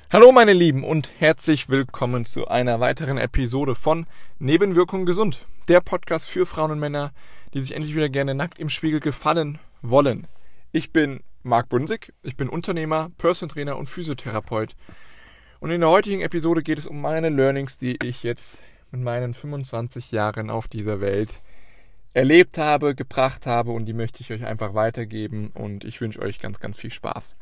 Hallo meine Lieben und herzlich willkommen zu einer weiteren Episode von Nebenwirkungen gesund, der Podcast für Frauen und Männer, die sich endlich wieder gerne nackt im Spiegel gefallen wollen. Ich bin Marc Bunsig, ich bin Unternehmer, Personal Trainer und Physiotherapeut und in der heutigen Episode geht es um meine Learnings, die ich jetzt mit meinen 25 Jahren auf dieser Welt erlebt habe, gebracht habe und die möchte ich euch einfach weitergeben und ich wünsche euch ganz, ganz viel Spaß.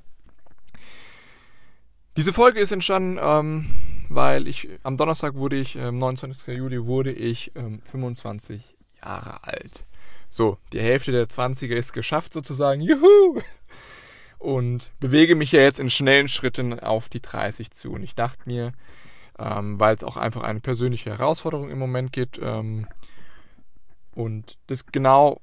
Diese Folge ist entstanden, weil am Donnerstag 29. Juli wurde ich 25 Jahre alt. So, die Hälfte der 20er ist geschafft sozusagen, juhu! Und bewege mich ja jetzt in schnellen Schritten auf die 30 zu. Und ich dachte mir, weil es auch einfach eine persönliche Herausforderung im Moment gibt und das genau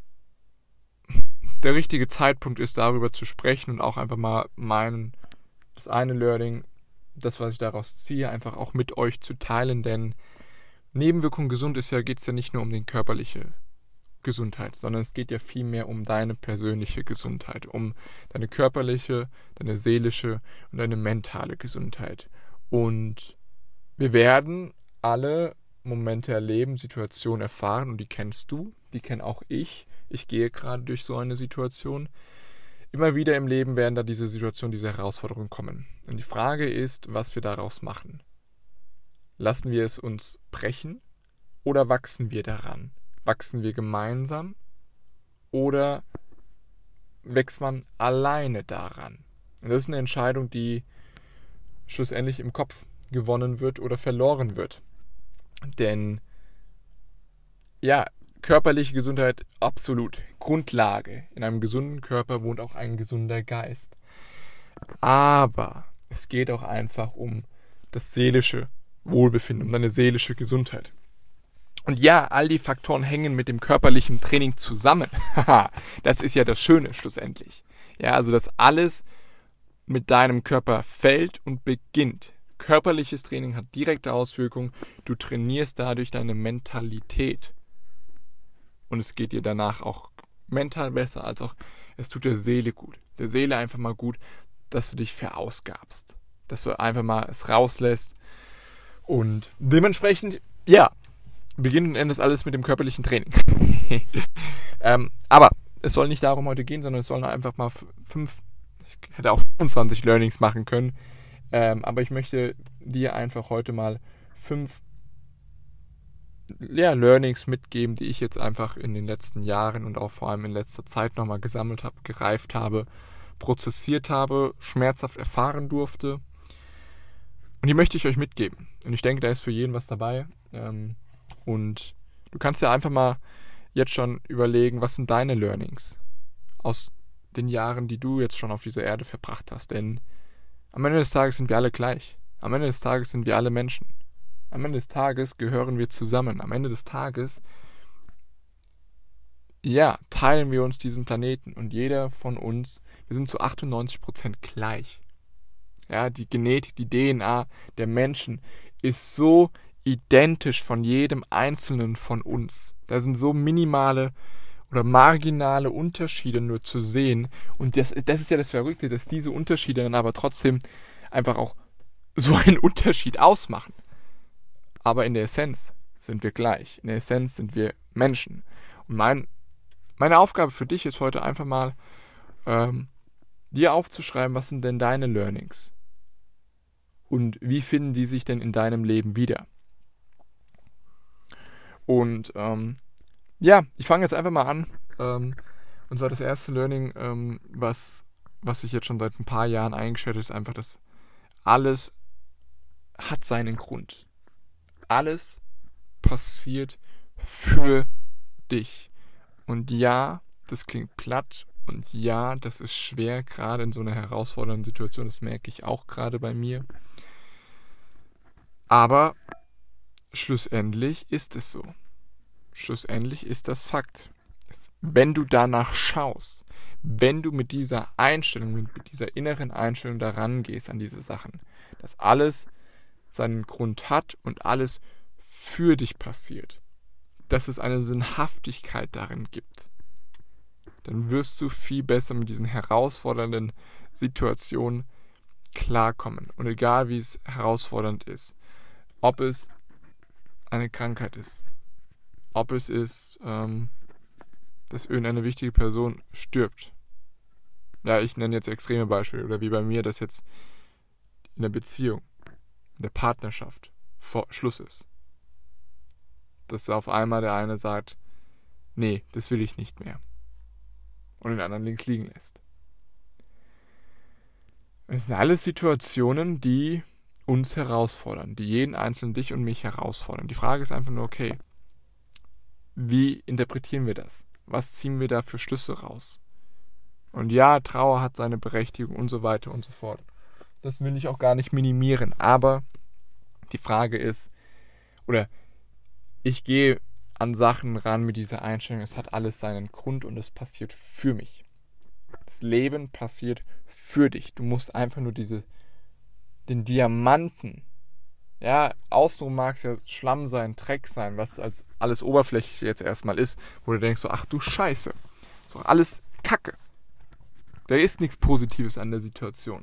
der richtige Zeitpunkt ist, darüber zu sprechen und auch einfach mal das eine Learning, das, was ich daraus ziehe, einfach auch mit euch zu teilen, denn Nebenwirkung gesund geht es ja nicht nur um die körperliche Gesundheit, sondern es geht ja vielmehr um deine persönliche Gesundheit, um deine körperliche, deine seelische und deine mentale Gesundheit. Und wir werden alle Momente erleben, Situationen erfahren und die kennst du, die kenne auch ich. Ich gehe gerade durch so eine Situation. Immer wieder im Leben werden da diese Situationen, diese Herausforderungen kommen. Und die Frage ist, was wir daraus machen. Lassen wir es uns brechen oder wachsen wir daran? Wachsen wir gemeinsam oder wächst man alleine daran? Und das ist eine Entscheidung, die schlussendlich im Kopf gewonnen wird oder verloren wird. Denn ja, körperliche Gesundheit absolut Grundlage. In einem gesunden Körper wohnt auch ein gesunder Geist. Aber es geht auch einfach um das seelische Wohlbefinden, um deine seelische Gesundheit. Und ja, all die Faktoren hängen mit dem körperlichen Training zusammen. Das ist ja das Schöne schlussendlich. Ja, also dass alles mit deinem Körper fällt und beginnt. Körperliches Training hat direkte Auswirkungen. Du trainierst dadurch deine Mentalität. Und es geht dir danach auch mental besser, als auch es tut der Seele gut. Der Seele einfach mal gut, dass du dich verausgabst. Dass du einfach mal es rauslässt. Und dementsprechend, ja, beginnt und endet alles mit dem körperlichen Training. Aber es soll nicht darum heute gehen, sondern es sollen einfach mal ich hätte auch 25 Learnings machen können. Aber ich möchte dir einfach heute mal 5 Learnings mitgeben, die ich jetzt einfach in den letzten Jahren und auch vor allem in letzter Zeit nochmal gesammelt habe, gereift habe, prozessiert habe, schmerzhaft erfahren durfte. Und die möchte ich euch mitgeben. Und ich denke, da ist für jeden was dabei. Und du kannst ja einfach mal jetzt schon überlegen, was sind deine Learnings aus den Jahren, die du jetzt schon auf dieser Erde verbracht hast. Denn am Ende des Tages sind wir alle gleich. Am Ende des Tages sind wir alle Menschen. Am Ende des Tages gehören wir zusammen. Am Ende des Tages, ja, teilen wir uns diesen Planeten. Und jeder von uns, wir sind zu 98% gleich. Ja, die Genetik, die DNA der Menschen ist so identisch von jedem Einzelnen von uns. Da sind so minimale oder marginale Unterschiede nur zu sehen. Und das ist ja das Verrückte, dass diese Unterschiede dann aber trotzdem einfach auch so einen Unterschied ausmachen. Aber in der Essenz sind wir gleich. In der Essenz sind wir Menschen. Und meine Aufgabe für dich ist heute einfach mal, dir aufzuschreiben, was sind denn deine Learnings? Und wie finden die sich denn in deinem Leben wieder? Und ich fange jetzt einfach mal an. Und zwar das erste Learning, was ich jetzt schon seit ein paar Jahren eingestellt habe, ist einfach, dass alles hat seinen Grund. Alles passiert für dich. Und ja, das klingt platt und ja, das ist schwer, gerade in so einer herausfordernden Situation, das merke ich auch gerade bei mir. Aber schlussendlich ist es so. Schlussendlich ist das Fakt. Wenn du danach schaust, wenn du mit dieser Einstellung, mit dieser inneren Einstellung daran gehst an diese Sachen, dass alles seinen Grund hat und alles für dich passiert, dass es eine Sinnhaftigkeit darin gibt, dann wirst du viel besser mit diesen herausfordernden Situationen klarkommen. Und egal wie es herausfordernd ist, ob es eine Krankheit ist, ob es ist, dass irgendeine wichtige Person stirbt. Ja, ich nenne jetzt extreme Beispiele. Oder wie bei mir, dass jetzt in der Beziehung, in der Partnerschaft Schluss ist. Dass auf einmal der eine sagt, nee, das will ich nicht mehr. Und den anderen links liegen lässt. Es sind alles Situationen, die uns herausfordern, die jeden Einzelnen, dich und mich herausfordern. Die Frage ist einfach nur, okay, wie interpretieren wir das? Was ziehen wir da für Schlüsse raus? Und ja, Trauer hat seine Berechtigung und so weiter und so fort. Das will ich auch gar nicht minimieren. Aber die Frage ist, oder ich gehe an Sachen ran mit dieser Einstellung, es hat alles seinen Grund und es passiert für mich. Das Leben passiert für dich. Du musst einfach nur den Diamanten, ja, außenrum mag es ja Schlamm sein, Dreck sein, was als alles oberflächlich jetzt erstmal ist, wo du denkst so, ach du Scheiße, so alles Kacke. Da ist nichts Positives an der Situation.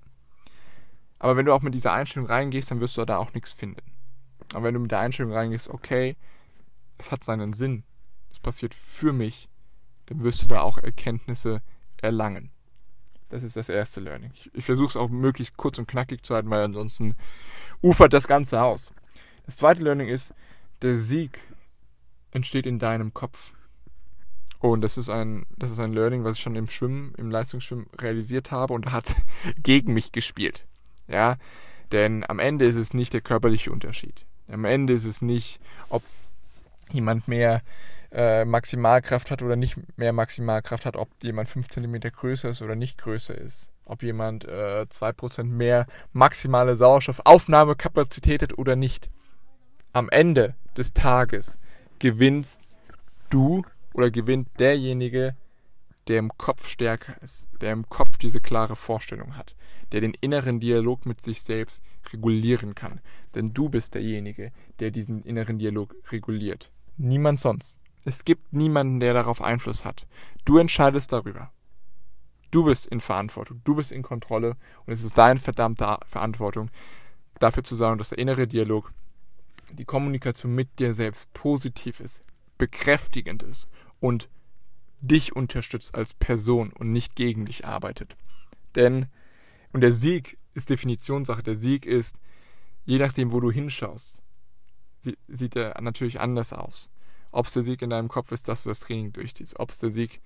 Aber wenn du auch mit dieser Einstellung reingehst, dann wirst du da auch nichts finden. Aber wenn du mit der Einstellung reingehst, okay, es hat seinen Sinn, es passiert für mich, dann wirst du da auch Erkenntnisse erlangen. Das ist das erste Learning. Ich versuche es auch möglichst kurz und knackig zu halten, weil ansonsten ufert das Ganze aus. Das zweite Learning ist, der Sieg entsteht in deinem Kopf. Oh, und das ist ein Learning, was ich schon im Leistungsschwimmen realisiert habe und hat gegen mich gespielt. Ja, denn am Ende ist es nicht der körperliche Unterschied. Am Ende ist es nicht, ob jemand mehr Maximalkraft hat oder nicht mehr Maximalkraft hat, ob jemand 5 cm größer ist oder nicht größer ist, ob jemand 2% mehr maximale Sauerstoffaufnahmekapazität hat oder nicht. Am Ende des Tages gewinnst du oder gewinnt derjenige, der im Kopf stärker ist, der im Kopf diese klare Vorstellung hat, der den inneren Dialog mit sich selbst regulieren kann. Denn du bist derjenige, der diesen inneren Dialog reguliert. Niemand sonst. Es gibt niemanden, der darauf Einfluss hat. Du entscheidest darüber. Du bist in Verantwortung, du bist in Kontrolle und es ist deine verdammte Verantwortung, dafür zu sorgen, dass der innere Dialog, die Kommunikation mit dir selbst positiv ist, bekräftigend ist und dich unterstützt als Person und nicht gegen dich arbeitet. Und der Sieg ist Definitionssache. Der Sieg ist, je nachdem, wo du hinschaust, sieht er natürlich anders aus. Ob es der Sieg in deinem Kopf ist, dass du das Training durchziehst. Ob es der Sieg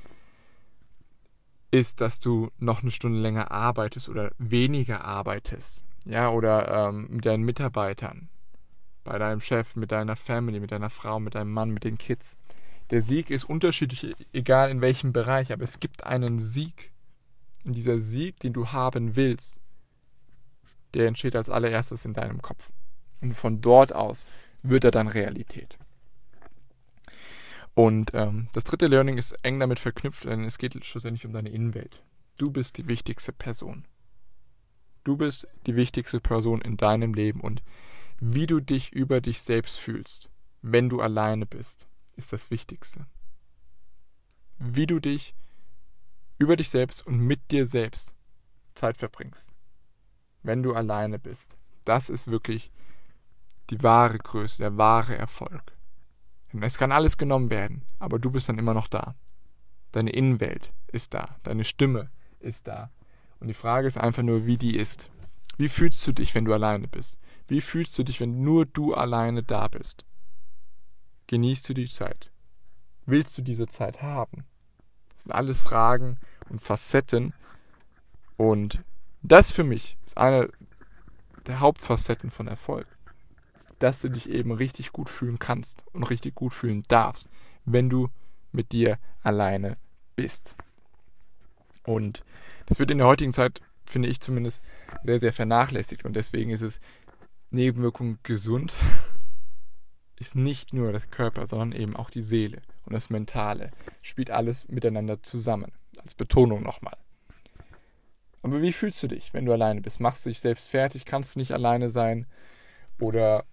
ist, dass du noch eine Stunde länger arbeitest oder weniger arbeitest. Ja, oder mit deinen Mitarbeitern, bei deinem Chef, mit deiner Family, mit deiner Frau, mit deinem Mann, mit den Kids. Der Sieg ist unterschiedlich, egal in welchem Bereich, aber es gibt einen Sieg. Und dieser Sieg, den du haben willst, der entsteht als allererstes in deinem Kopf. Und von dort aus wird er dann Realität. Und das dritte Learning ist eng damit verknüpft, denn es geht schlussendlich um deine Innenwelt. Du bist die wichtigste Person. Du bist die wichtigste Person in deinem Leben und wie du dich über dich selbst fühlst, wenn du alleine bist, ist das Wichtigste. Wie du dich über dich selbst und mit dir selbst Zeit verbringst, wenn du alleine bist. Das ist wirklich die wahre Größe, der wahre Erfolg. Es kann alles genommen werden, aber du bist dann immer noch da. Deine Innenwelt ist da, deine Stimme ist da. Und die Frage ist einfach nur, wie die ist. Wie fühlst du dich, wenn du alleine bist? Wie fühlst du dich, wenn nur du alleine da bist? Genießt du die Zeit? Willst du diese Zeit haben? Das sind alles Fragen und Facetten. Und das für mich ist eine der Hauptfacetten von Erfolg. Dass du dich eben richtig gut fühlen kannst und richtig gut fühlen darfst, wenn du mit dir alleine bist. Und das wird in der heutigen Zeit, finde ich zumindest, sehr, sehr vernachlässigt. Und deswegen ist es Nebenwirkung gesund, ist nicht nur das Körper, sondern eben auch die Seele und das Mentale. Spielt alles miteinander zusammen. Als Betonung nochmal. Aber wie fühlst du dich, wenn du alleine bist? Machst du dich selbst fertig? Kannst du nicht alleine sein? Oder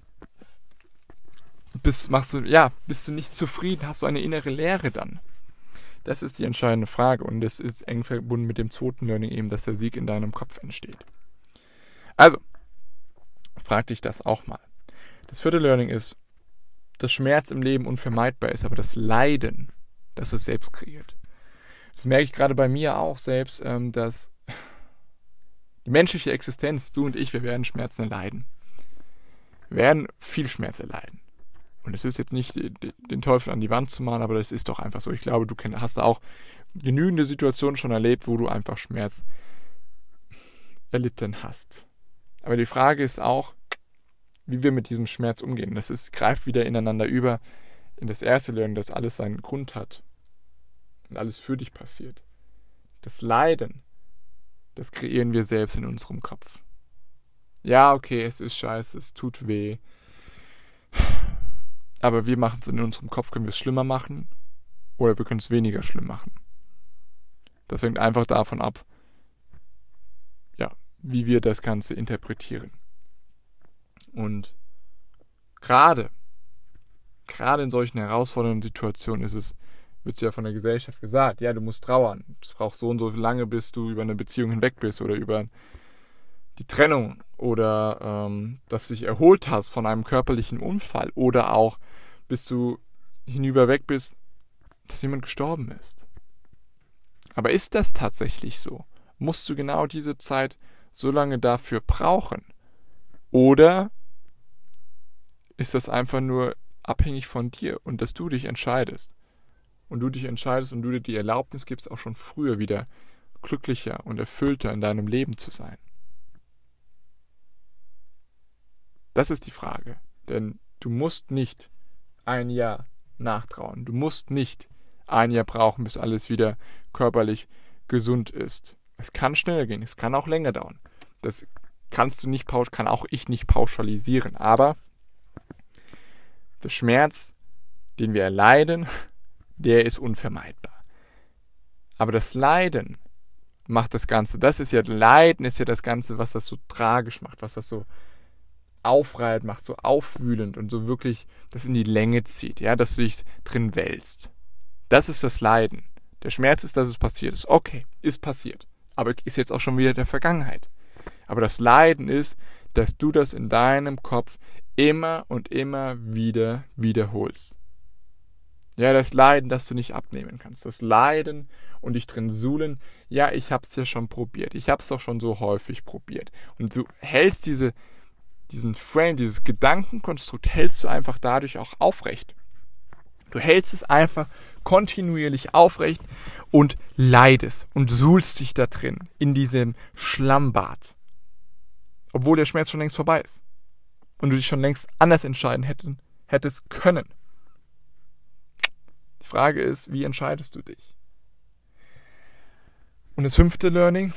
bist du nicht zufrieden? Hast du eine innere Leere dann? Das ist die entscheidende Frage und das ist eng verbunden mit dem zweiten Learning eben, dass der Sieg in deinem Kopf entsteht. Also, frag dich das auch mal. Das vierte Learning ist, dass Schmerz im Leben unvermeidbar ist, aber das Leiden, das es selbst kreiert. Das merke ich gerade bei mir auch selbst, dass die menschliche Existenz, du und ich, wir werden Schmerzen erleiden. Wir werden viel Schmerz erleiden. Und es ist jetzt nicht, den Teufel an die Wand zu malen, aber das ist doch einfach so. Ich glaube, du hast da auch genügende Situationen schon erlebt, wo du einfach Schmerz erlitten hast. Aber die Frage ist auch, wie wir mit diesem Schmerz umgehen. Das greift wieder ineinander über in das erste Learning, dass alles seinen Grund hat und alles für dich passiert. Das Leiden, das kreieren wir selbst in unserem Kopf. Ja, okay, es ist scheiße, es tut weh. Aber wir machen es in unserem Kopf, können wir es schlimmer machen oder wir können es weniger schlimm machen. Das hängt einfach davon ab, ja, wie wir das Ganze interpretieren. Und gerade in solchen herausfordernden Situationen wird es ja von der Gesellschaft gesagt, ja, du musst trauern. Es braucht so und so lange, bis du über eine Beziehung hinweg bist oder über die Trennung oder dass du dich erholt hast von einem körperlichen Unfall oder auch bis du hinüber weg bist, dass jemand gestorben ist. Aber ist das tatsächlich so? Musst du genau diese Zeit so lange dafür brauchen? Oder ist das einfach nur abhängig von dir und dass du dich entscheidest? Und du dich entscheidest und du dir die Erlaubnis gibst, auch schon früher wieder glücklicher und erfüllter in deinem Leben zu sein. Das ist die Frage. Denn du musst nicht ein Jahr nachtrauern. Du musst nicht ein Jahr brauchen, bis alles wieder körperlich gesund ist. Es kann schneller gehen, es kann auch länger dauern. Das kann auch ich nicht pauschalisieren. Aber der Schmerz, den wir erleiden, der ist unvermeidbar. Aber das Leiden macht das Ganze. Leiden ist ja das Ganze, was das so tragisch macht, was das so aufreibt, macht so aufwühlend und so wirklich das in die Länge zieht, ja, dass du dich drin wälzt. Das ist das Leiden. Der Schmerz ist, dass es passiert ist. Okay, ist passiert. Aber ist jetzt auch schon wieder der Vergangenheit. Aber das Leiden ist, dass du das in deinem Kopf immer und immer wieder wiederholst. Ja, das Leiden, das du nicht abnehmen kannst. Das Leiden und dich drin suhlen. Ja, ich hab's ja schon probiert. Ich hab's doch schon so häufig probiert. Und du hältst diesen Frame, dieses Gedankenkonstrukt hältst du einfach dadurch auch aufrecht. Du hältst es einfach kontinuierlich aufrecht und leidest und suhlst dich da drin, in diesem Schlammbad. Obwohl der Schmerz schon längst vorbei ist. Und du dich schon längst anders entscheiden hättest können. Die Frage ist, wie entscheidest du dich? Und das 5. Learning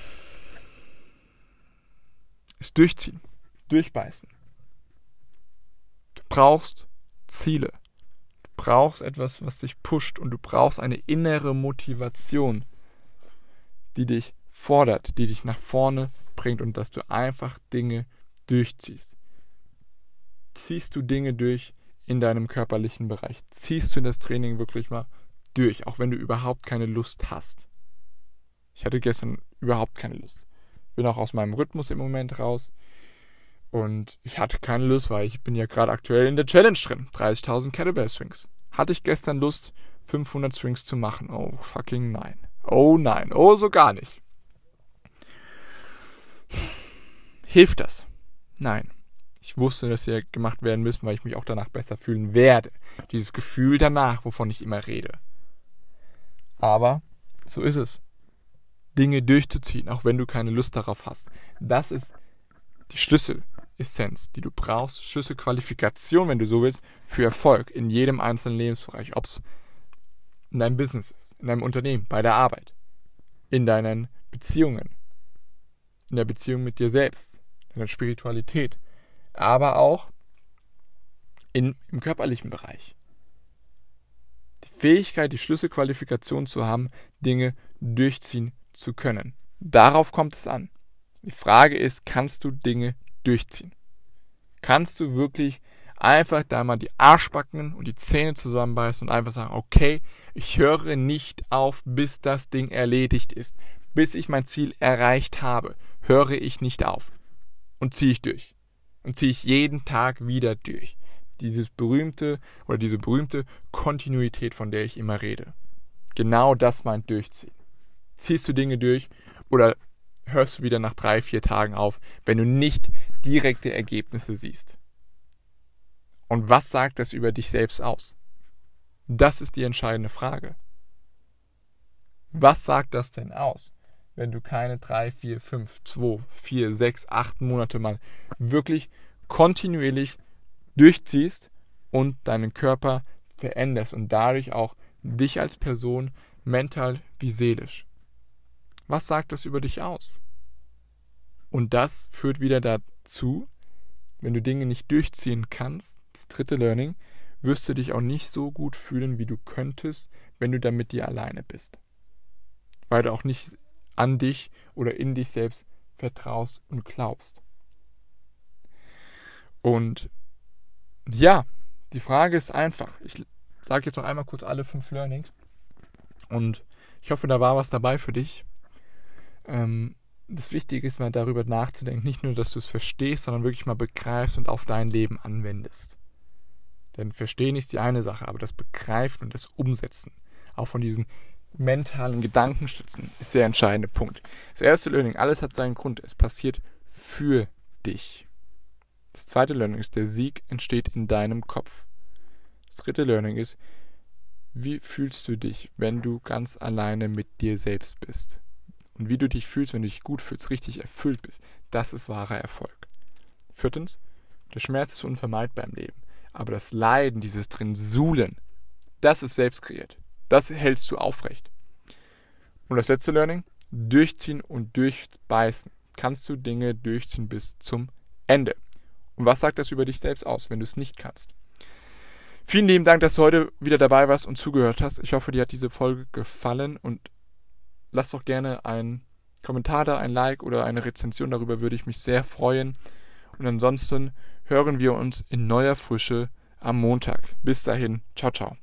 ist durchziehen. Durchbeißen. Du brauchst Ziele. Du brauchst etwas, was dich pusht und du brauchst eine innere Motivation, die dich fordert, die dich nach vorne bringt und dass du einfach Dinge durchziehst. Ziehst du Dinge durch in deinem körperlichen Bereich? Ziehst du das Training wirklich mal durch, auch wenn du überhaupt keine Lust hast? Ich hatte gestern überhaupt keine Lust. Bin auch aus meinem Rhythmus im Moment raus. Und ich hatte keine Lust, weil ich bin ja gerade aktuell in der Challenge drin. 30.000 Kettlebell Swings. Hatte ich gestern Lust, 500 Swings zu machen? Oh, fucking nein. Oh nein. Oh, so gar nicht. Hilft das? Nein. Ich wusste, dass sie gemacht werden müssen, weil ich mich auch danach besser fühlen werde. Dieses Gefühl danach, wovon ich immer rede. Aber so ist es. Dinge durchzuziehen, auch wenn du keine Lust darauf hast. Das ist die Schlüsselessenz, die du brauchst. Schlüsselqualifikation, wenn du so willst, für Erfolg in jedem einzelnen Lebensbereich. Ob es in deinem Business ist, in deinem Unternehmen, bei der Arbeit, in deinen Beziehungen, in der Beziehung mit dir selbst, in der Spiritualität, aber auch im körperlichen Bereich. Die Fähigkeit, die Schlüsselqualifikation zu haben, Dinge durchziehen zu können. Darauf kommt es an. Die Frage ist, kannst du Dinge durchziehen? Kannst du wirklich einfach da mal die Arschbacken und die Zähne zusammenbeißen und einfach sagen, okay, ich höre nicht auf, bis das Ding erledigt ist. Bis ich mein Ziel erreicht habe, höre ich nicht auf. und ziehe ich durch. Und ziehe ich jeden Tag wieder durch. Diese berühmte Kontinuität, von der ich immer rede. Genau das meint durchziehen. Ziehst du Dinge durch oder hörst du wieder nach 3-4 Tagen auf, wenn du nicht direkte Ergebnisse siehst? Und was sagt das über dich selbst aus? Das ist die entscheidende Frage. Was sagt das denn aus, wenn du keine 3, 4, 5, 2, 4, 6, 8 Monate mal wirklich kontinuierlich durchziehst und deinen Körper veränderst und dadurch auch dich als Person mental wie seelisch? Was sagt das über dich aus? Und das führt wieder dazu, wenn du Dinge nicht durchziehen kannst, das dritte Learning, wirst du dich auch nicht so gut fühlen, wie du könntest, wenn du dann mit dir alleine bist. Weil du auch nicht an dich oder in dich selbst vertraust und glaubst. Und ja, die Frage ist einfach. Ich sage jetzt noch einmal kurz alle 5 Learnings. Und ich hoffe, da war was dabei für dich. Das Wichtige ist mal darüber nachzudenken, nicht nur, dass du es verstehst, sondern wirklich mal begreifst und auf dein Leben anwendest. Denn Verstehen ist die eine Sache, aber das Begreifen und das Umsetzen, auch von diesen mentalen Gedankenstützen, ist der entscheidende Punkt. Das erste Learning, alles hat seinen Grund, es passiert für dich. Das zweite Learning ist, der Sieg entsteht in deinem Kopf. Das dritte Learning ist, wie fühlst du dich, wenn du ganz alleine mit dir selbst bist? Und wie du dich fühlst, wenn du dich gut fühlst, richtig erfüllt bist, das ist wahrer Erfolg. Viertens, der Schmerz ist unvermeidbar im Leben. Aber das Leiden, dieses drin Suhlen, das ist selbst kreiert. Das hältst du aufrecht. Und das letzte Learning, durchziehen und durchbeißen. Kannst du Dinge durchziehen bis zum Ende. Und was sagt das über dich selbst aus, wenn du es nicht kannst? Vielen lieben Dank, dass du heute wieder dabei warst und zugehört hast. Ich hoffe, dir hat diese Folge gefallen und lass doch gerne einen Kommentar da, ein Like oder eine Rezension. Darüber würde ich mich sehr freuen. Und ansonsten hören wir uns in neuer Frische am Montag. Bis dahin, ciao, ciao.